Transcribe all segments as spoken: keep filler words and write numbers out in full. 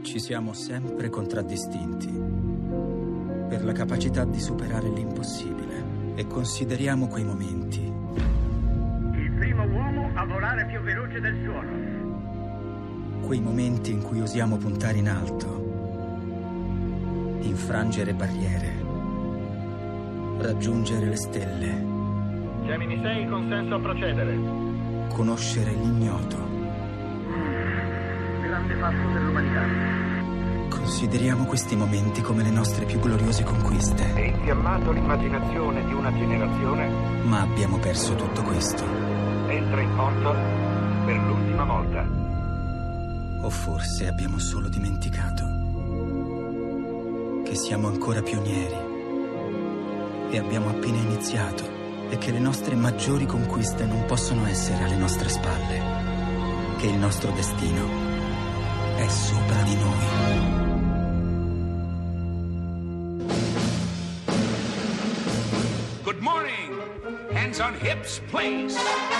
Ci siamo sempre contraddistinti per la capacità di superare l'impossibile e consideriamo quei momenti. Il primo uomo a volare più veloce del suono. Quei momenti in cui osiamo puntare in alto, infrangere barriere, raggiungere le stelle. Gemini sei, consenso a procedere. Conoscere l'ignoto. Grande passo dell'umanità. Consideriamo questi momenti come le nostre più gloriose conquiste. È infiammato l'immaginazione di una generazione. Ma abbiamo perso tutto questo. Entra in porto per l'ultima volta. O forse abbiamo solo dimenticato che siamo ancora pionieri e abbiamo appena iniziato e che le nostre maggiori conquiste non possono essere alle nostre spalle, che il nostro destino è sopra di noi. Good morning. Hands on hips, please.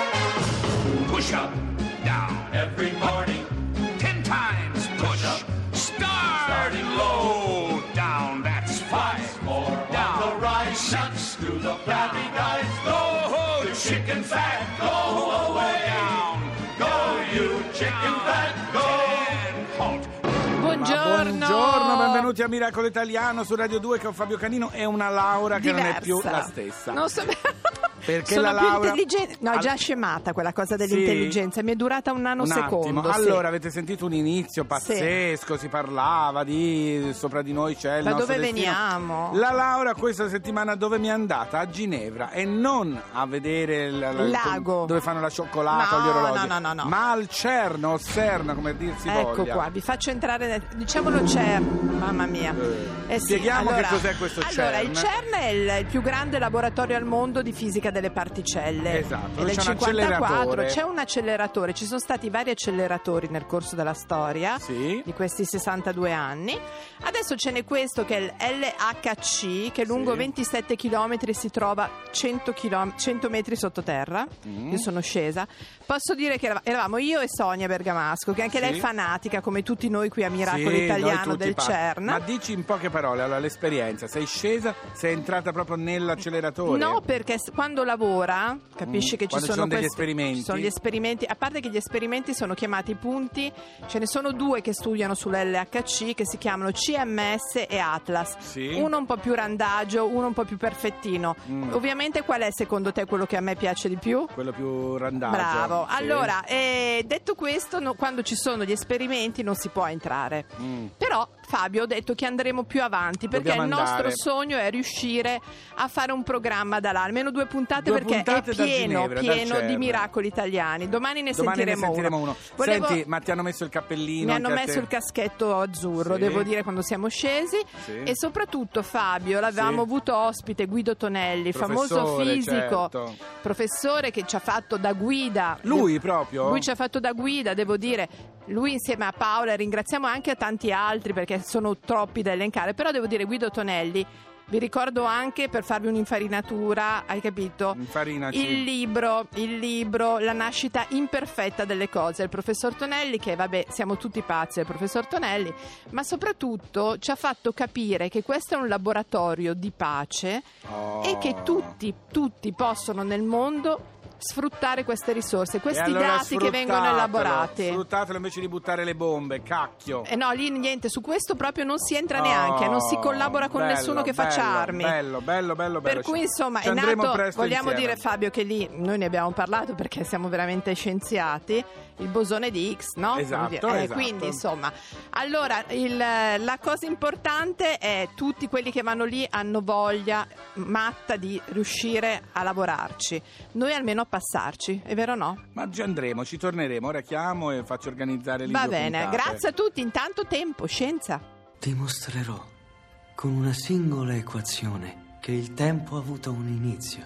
Push up, down. Every morning. Ten times push up. Starting low, down. That's five. More down. The right six to the flabby guys. Go, the chicken fat. Go away. Down. Go, you chicken fat. Go. And halt. Buongiorno. Buongiorno, benvenuti a Miracolo Italiano su Radio due con Fabio Canino e una Laura che Diversa. non è più la stessa. Non so... Perché sono la più Laura... intelligente. No, è già scemata quella cosa dell'intelligenza. Sì. Mi è durata un nanosecondo. Un attimo. Sì. Allora, avete sentito un inizio pazzesco, sì. Si parlava di sopra di noi c'è il da nostro dove destino. veniamo? La Laura questa settimana dove mi è andata? A Ginevra, e non a vedere il, il lago dove fanno la cioccolata, no, gli orologi, no, no, no, no. ma al Cerno, o Serno, come dir si ecco voglia. qua, vi faccio entrare nel... diciamolo CERN, mamma mia. Eh, eh sì, spieghiamo allora, che cos'è questo CERN. Allora, il CERN è il, il più grande laboratorio al mondo di fisica delle particelle. Esatto, È del c'è un cinquantaquattro, acceleratore. c'è un acceleratore, ci sono stati vari acceleratori nel corso della storia, Sì. di questi sessantadue anni. Adesso ce n'è questo che è il L H C, che è lungo Sì. ventisette chilometri e si trova cento, chilom- cento metri sottoterra. Mm. Io sono scesa. Posso dire che eravamo io e Sonia Bergamasco, che anche Sì. lei è fanatica come tutti noi qui a Miracolo Sì, Italiano noi tutti del pa- CERN. Ma dici in poche parole, allora, l'esperienza, sei scesa, sei entrata proprio nell'acceleratore? No, perché s- quando lavora capisci Mm, che ci quando ci sono, sono degli questi- esperimenti. ci sono gli esperimenti, a parte che gli esperimenti sono chiamati punti, ce ne sono due che studiano sull'L H C che si chiamano C M S e Atlas. Sì. Uno un po' più randagio, uno un po' più perfettino. Mm. Ovviamente qual è secondo te quello che a me piace di più? Quello più randagio. Bravo. Sì. Allora, eh, detto questo, no- quando ci sono gli esperimenti non si può entrare. Mm. Però Fabio ha detto che andremo più avanti perché Dobbiamo il andare. nostro sogno è riuscire a fare un programma da là, almeno due puntate, Due perché puntate è da pieno, Ginevra, dal pieno di CERN. miracoli italiani. Domani ne Domani sentiremo, ne sentiremo uno. Volevo- Senti, ma ti hanno messo il cappellino? Mi hanno anche a messo te? il caschetto azzurro, Sì. devo dire, quando siamo scesi. Sì. E soprattutto Fabio, l'avevamo Sì. avuto ospite, Guido Tonelli, famoso Professore, fisico, certo. professore che ci ha fatto da guida. Lui proprio? Lui ci ha fatto da guida, devo dire. Lui insieme a Paola, ringraziamo anche a tanti altri perché sono troppi da elencare, però devo dire Guido Tonelli, vi ricordo anche, per farvi un'infarinatura, hai capito? Infarinaci. Il libro, il libro La nascita imperfetta delle cose, il professor Tonelli, che vabbè, siamo tutti pazzi del professor Tonelli, ma soprattutto ci ha fatto capire che questo è un laboratorio di pace Oh. e che tutti, tutti possono nel mondo sfruttare queste risorse, questi E allora dati che vengono sfruttatelo, elaborati. Sfruttatelo invece di buttare le bombe, cacchio. Eh no, lì niente, su questo proprio non si entra neanche, Oh, non si collabora con bello, nessuno che bello, faccia armi. Bello, bello, bello, bello. Per cui Ci- insomma ci è andremo nato, presto vogliamo insieme. dire Fabio che lì noi ne abbiamo parlato perché siamo veramente scienziati, il bosone di Higgs, no? Esatto, Come dire. Eh, esatto. Quindi insomma, allora il- la cosa importante è tutti quelli che vanno lì hanno voglia matta di riuscire a lavorarci, noi almeno a passarci, è vero o no? Ma ci andremo, ci torneremo. Ora chiamo e faccio organizzare lì Va due bene, puntate. grazie a tutti, intanto tempo, scienza. Dimostrerò con una singola equazione che il tempo ha avuto un inizio.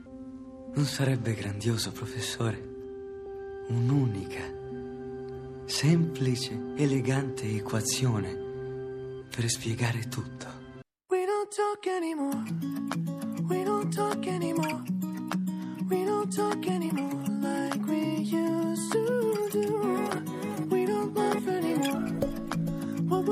Non sarebbe grandioso, professore? Un'unica, semplice, elegante equazione per spiegare tutto. We don't talk anymore. We don't talk anymore. We don't talk anymore like we used to do. We don't laugh anymore. What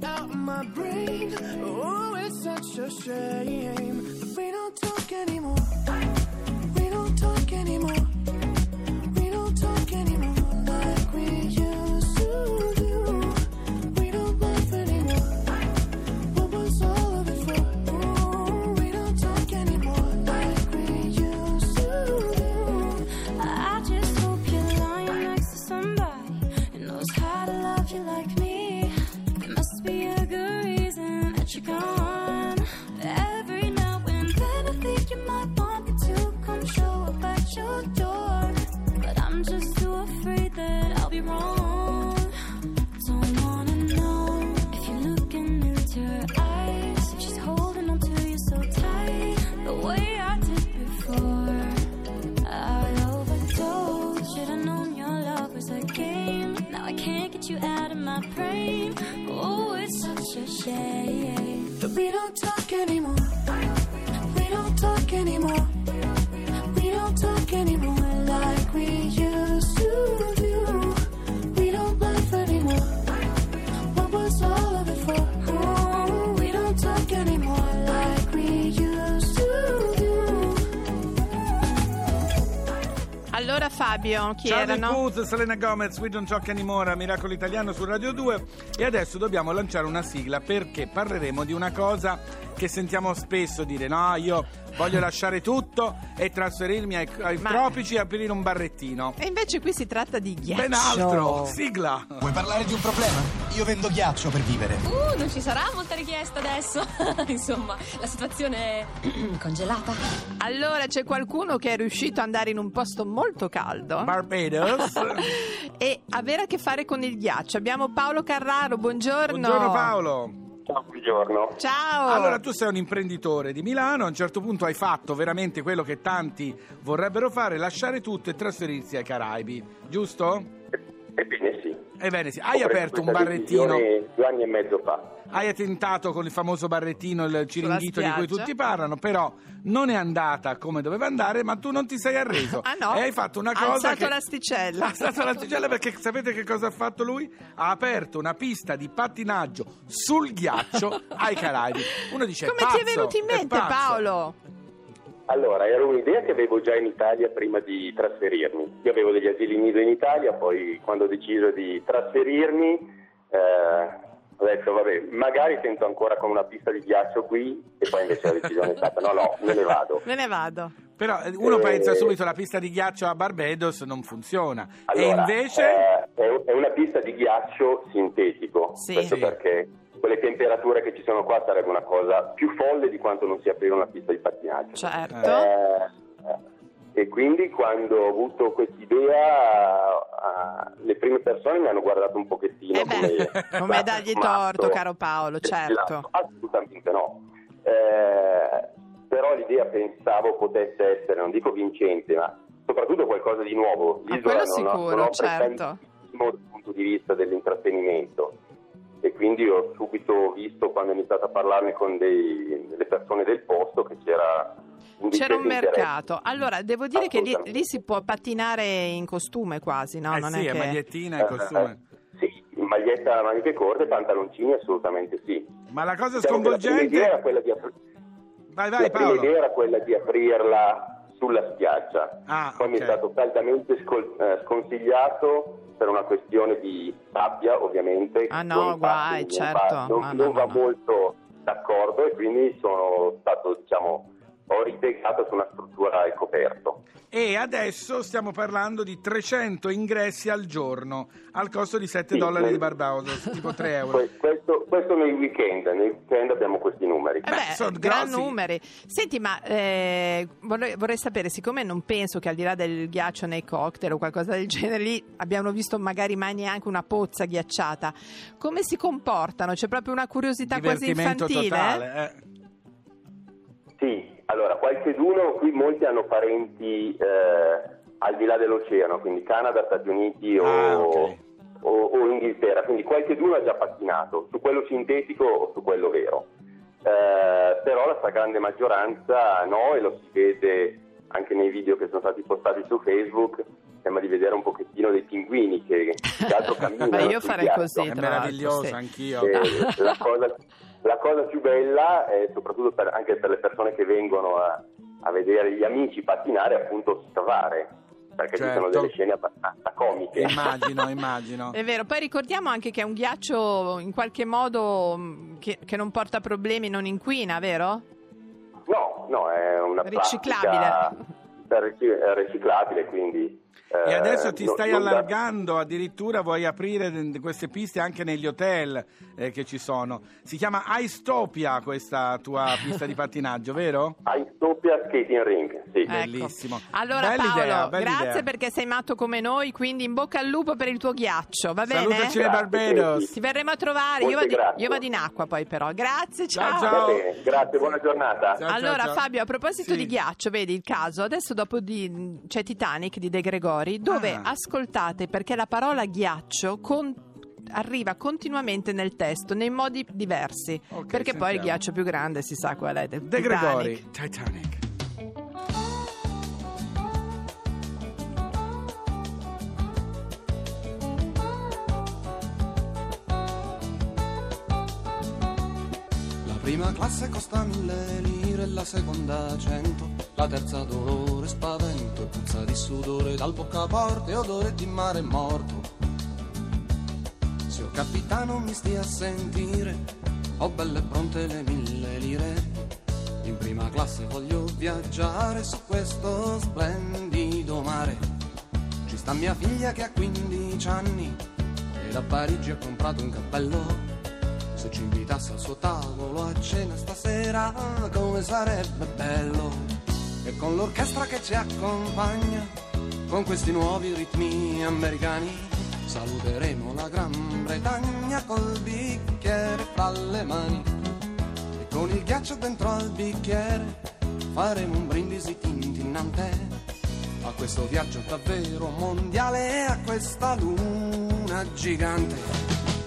out of my brain. Oh, it's such a shame that we don't talk anymore. We don't talk anymore. We don't talk anymore like we used to do. We don't laugh anymore. What was all of it for? Oh, we don't talk anymore like we used to do. I just hope you're lying next to somebody who knows how to love you like me. There must be a good reason that you're gone. Every now and then I think you might want me to come show up at your door, but I'm just too afraid that I'll be wrong. Don't wanna know if you're looking into her eyes, if she's holding on to you so tight, the way I did before. I overdosed. Should've known your love was a game. Now I can't get you out of my brain. Oh, it's such a shame that we don't talk anymore. We don't talk anymore. We don't talk anymore like we used to do. We don't laugh anymore. What was all of it for? Oh, we don't talk anymore like we used to do. Allora Fabio, chi Charlie erano? Puth, Selena Gomez, We Don't Talk Anymore, a Miracolo Italiano su Radio due. E adesso dobbiamo lanciare una sigla perché parleremo di una cosa che sentiamo spesso dire: no, io voglio lasciare tutto e trasferirmi ai, ai Ma- tropici e aprire un barrettino. E invece qui si tratta di ghiaccio. Ben altro, sigla. Vuoi parlare di un problema? Io vendo ghiaccio per vivere. Uh, non ci sarà molta richiesta adesso. Insomma, la situazione è congelata. Allora c'è qualcuno che è riuscito ad andare in un posto molto caldo Barbados. e avere a che fare con il ghiaccio. Abbiamo Paolo Carraro, buongiorno. Buongiorno Paolo. Ciao, buongiorno. Ciao. Allora, tu sei un imprenditore di Milano, a un certo punto hai fatto veramente quello che tanti vorrebbero fare, lasciare tutto e trasferirsi ai Caraibi, giusto? Ebbene sì. Ebbene sì, hai Ho preso aperto un questa barrettino, decisione due anni e mezzo fa. hai tentato con il famoso barrettino, il ciringhito di cui spiaggia. tutti parlano, però non è andata come doveva andare, ma tu non ti sei arreso. Ah no? E hai fatto una Ha cosa alzato che... l'asticella. Ha alzato l'asticella perché sapete che cosa ha fatto lui? Ha aperto una pista di pattinaggio sul ghiaccio ai Caraibi. Uno dice: Come pazzo, ti è venuto in è mente, pazzo. Paolo? Allora, era un'idea che avevo già in Italia prima di trasferirmi. Io avevo degli asili nido in Italia, poi quando ho deciso di trasferirmi eh, ho detto vabbè, magari tento ancora con una pista di ghiaccio qui, e poi invece la decisione è stata no, no, me ne vado. Me ne vado. Però eh, uno Eh, pensa subito la pista di ghiaccio a Barbados non funziona. Allora, e invece... eh, è, è una pista di ghiaccio sintetico, Sì. questo Sì. perché con le temperature che ci sono qua sarebbe una cosa più folle di quanto non sia aprire una pista di pattinaggio. Certo. Eh, eh, e quindi quando ho avuto quest'idea eh, le prime persone mi hanno guardato un pochettino Eh beh, come, come dargli torto, caro Paolo, certo. Assolutamente no. Eh, però l'idea pensavo potesse essere, non dico vincente, ma soprattutto qualcosa di nuovo. Ah, L'isola quello non, sicuro, non certo. dal punto di vista dell'intrattenimento, e quindi ho subito visto, quando ho iniziato a parlarne con dei, delle persone del posto, che c'era un C'era un discreto interesse. mercato. Allora, devo dire che lì, Assolutamente. lì si può pattinare in costume quasi, no? eh non sì, è è che... magliettina e costume. Eh, sì, in maglietta a maniche corte, pantaloncini, assolutamente sì. Ma la cosa Diciamo che la prima idea era sconvolgente... quella di apri- Vai, vai la prima Paolo. idea era quella di aprirla sulla spiaggia. Ah, Poi mi è ok. stato caldamente scol- eh, sconsigliato per una questione di sabbia, ovviamente. Ah, no, Con guai, infatti certo. Non, va, non, No, no, non va no, no. molto d'accordo, e quindi sono stato, diciamo, ho ripiegato su una struttura al coperto. E adesso stiamo parlando di trecento ingressi al giorno al costo di sette Sì, dollari nel- di Barbados, tipo tre euro. Que- Questo, questo nei weekend, nei weekend abbiamo questi numeri. Eh beh, Beh, sono gran grossi. numeri. Senti, ma eh, vorrei, vorrei sapere, siccome non penso che al di là del ghiaccio nei cocktail o qualcosa del genere, lì abbiamo visto magari mai neanche una pozza ghiacciata, come si comportano? C'è proprio una curiosità quasi Divertimento infantile? totale. Eh. Sì, allora, qualcheduno, qui molti hanno parenti eh, al di là dell'oceano, quindi Canada, Stati Uniti o, Ah, ok. o, o Inghilterra, quindi qualcheduno ha già pattinato, su quello sintetico o su quello vero. Eh, però la stragrande maggioranza no, e lo si vede anche nei video che sono stati postati su Facebook. sembra di vedere un pochettino dei pinguini che, che altro camminano. Ma io sul farei ghiaccio. così, È tra meraviglioso, l'altro, sì. anch'io. Eh, la, cosa, la cosa più bella, è, soprattutto per, anche per le persone che vengono a, a vedere gli amici pattinare, è appunto scavare, perché Certo. ci sono delle scene abbastanza comiche. Immagino, immagino. È vero, poi ricordiamo anche che è un ghiaccio in qualche modo mh, che, che non porta problemi, non inquina, vero? No, no, è una Riciclabile. plastica ric- riciclabile, quindi... E eh, adesso ti non- stai non da- allargando, addirittura vuoi aprire de- queste piste anche negli hotel eh, che ci sono. Si chiama Icetopia questa tua pista di pattinaggio, vero? Icetopia Skating Ring, sì. Ecco. Bellissimo. Allora Bella Paolo, idea, bella grazie idea. perché sei matto come noi, quindi in bocca al lupo per il tuo ghiaccio, va bene? Salutaci le Barbados. Ti verremo a trovare, io Molte vado, grazie. io vado in acqua poi però. Grazie, ciao. Ciao, ciao. Va bene, grazie, buona giornata. Ciao, ciao, Allora ciao. Fabio, a proposito Sì. di ghiaccio, vedi il caso, adesso dopo di, c'è Titanic di De Gregori, dove Ah. ascoltate perché la parola ghiaccio con- arriva continuamente nel testo, nei modi diversi, Ok, perché poi il sentiamo. ghiaccio più grande si sa qual è, del De Titanic. Gregori, Titanic. La prima classe costa mille lire, la seconda cento, la terza dolore, spavento e puzza di sudore dal boccaporte e odore di mare morto. Signor capitano mi stia a sentire, ho belle pronte le mille lire. In prima classe voglio viaggiare su questo splendido mare. Ci sta mia figlia che ha quindici anni e da Parigi ha comprato un cappello. Se ci invitasse al suo tavolo a cena stasera, come sarebbe bello. E con l'orchestra che ci accompagna, con questi nuovi ritmi americani, saluteremo la Gran Bretagna col bicchiere fra le mani. E con il ghiaccio dentro al bicchiere faremo un brindisi tintinnante a questo viaggio davvero mondiale e a questa luna gigante.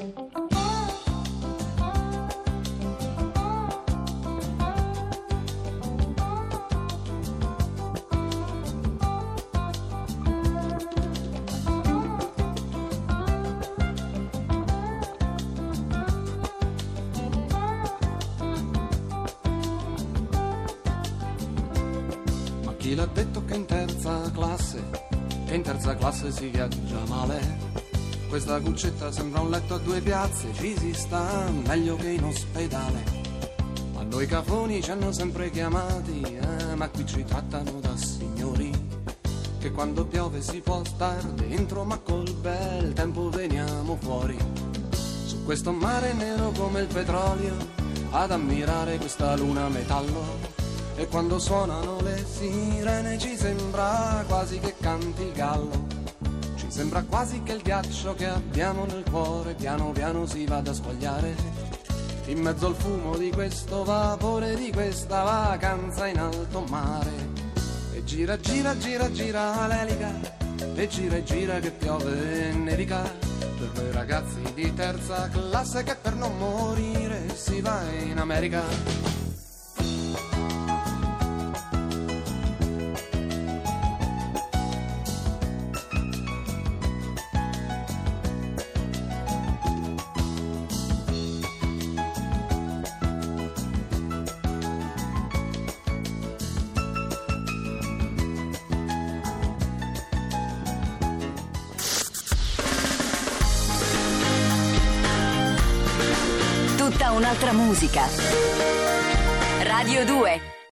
Chi l'ha detto che in terza classe, che in terza classe si viaggia male? Questa cuccetta sembra un letto a due piazze, ci si sta meglio che in ospedale. Ma noi cafoni ci hanno sempre chiamati, eh, ma qui ci trattano da signori. Che quando piove si può star dentro, ma col bel tempo veniamo fuori. Su questo mare nero come il petrolio, ad ammirare questa luna metallo. E quando suonano le sirene ci sembra quasi che canti il gallo. Ci sembra quasi che il ghiaccio che abbiamo nel cuore piano piano si vada a squagliare in mezzo al fumo di questo vapore, di questa vacanza in alto mare. E gira, gira, gira, gira l'elica, e gira e gira che piove e nevica, per quei ragazzi di terza classe che per non morire si va in America. Tutta un'altra musica. Radio due.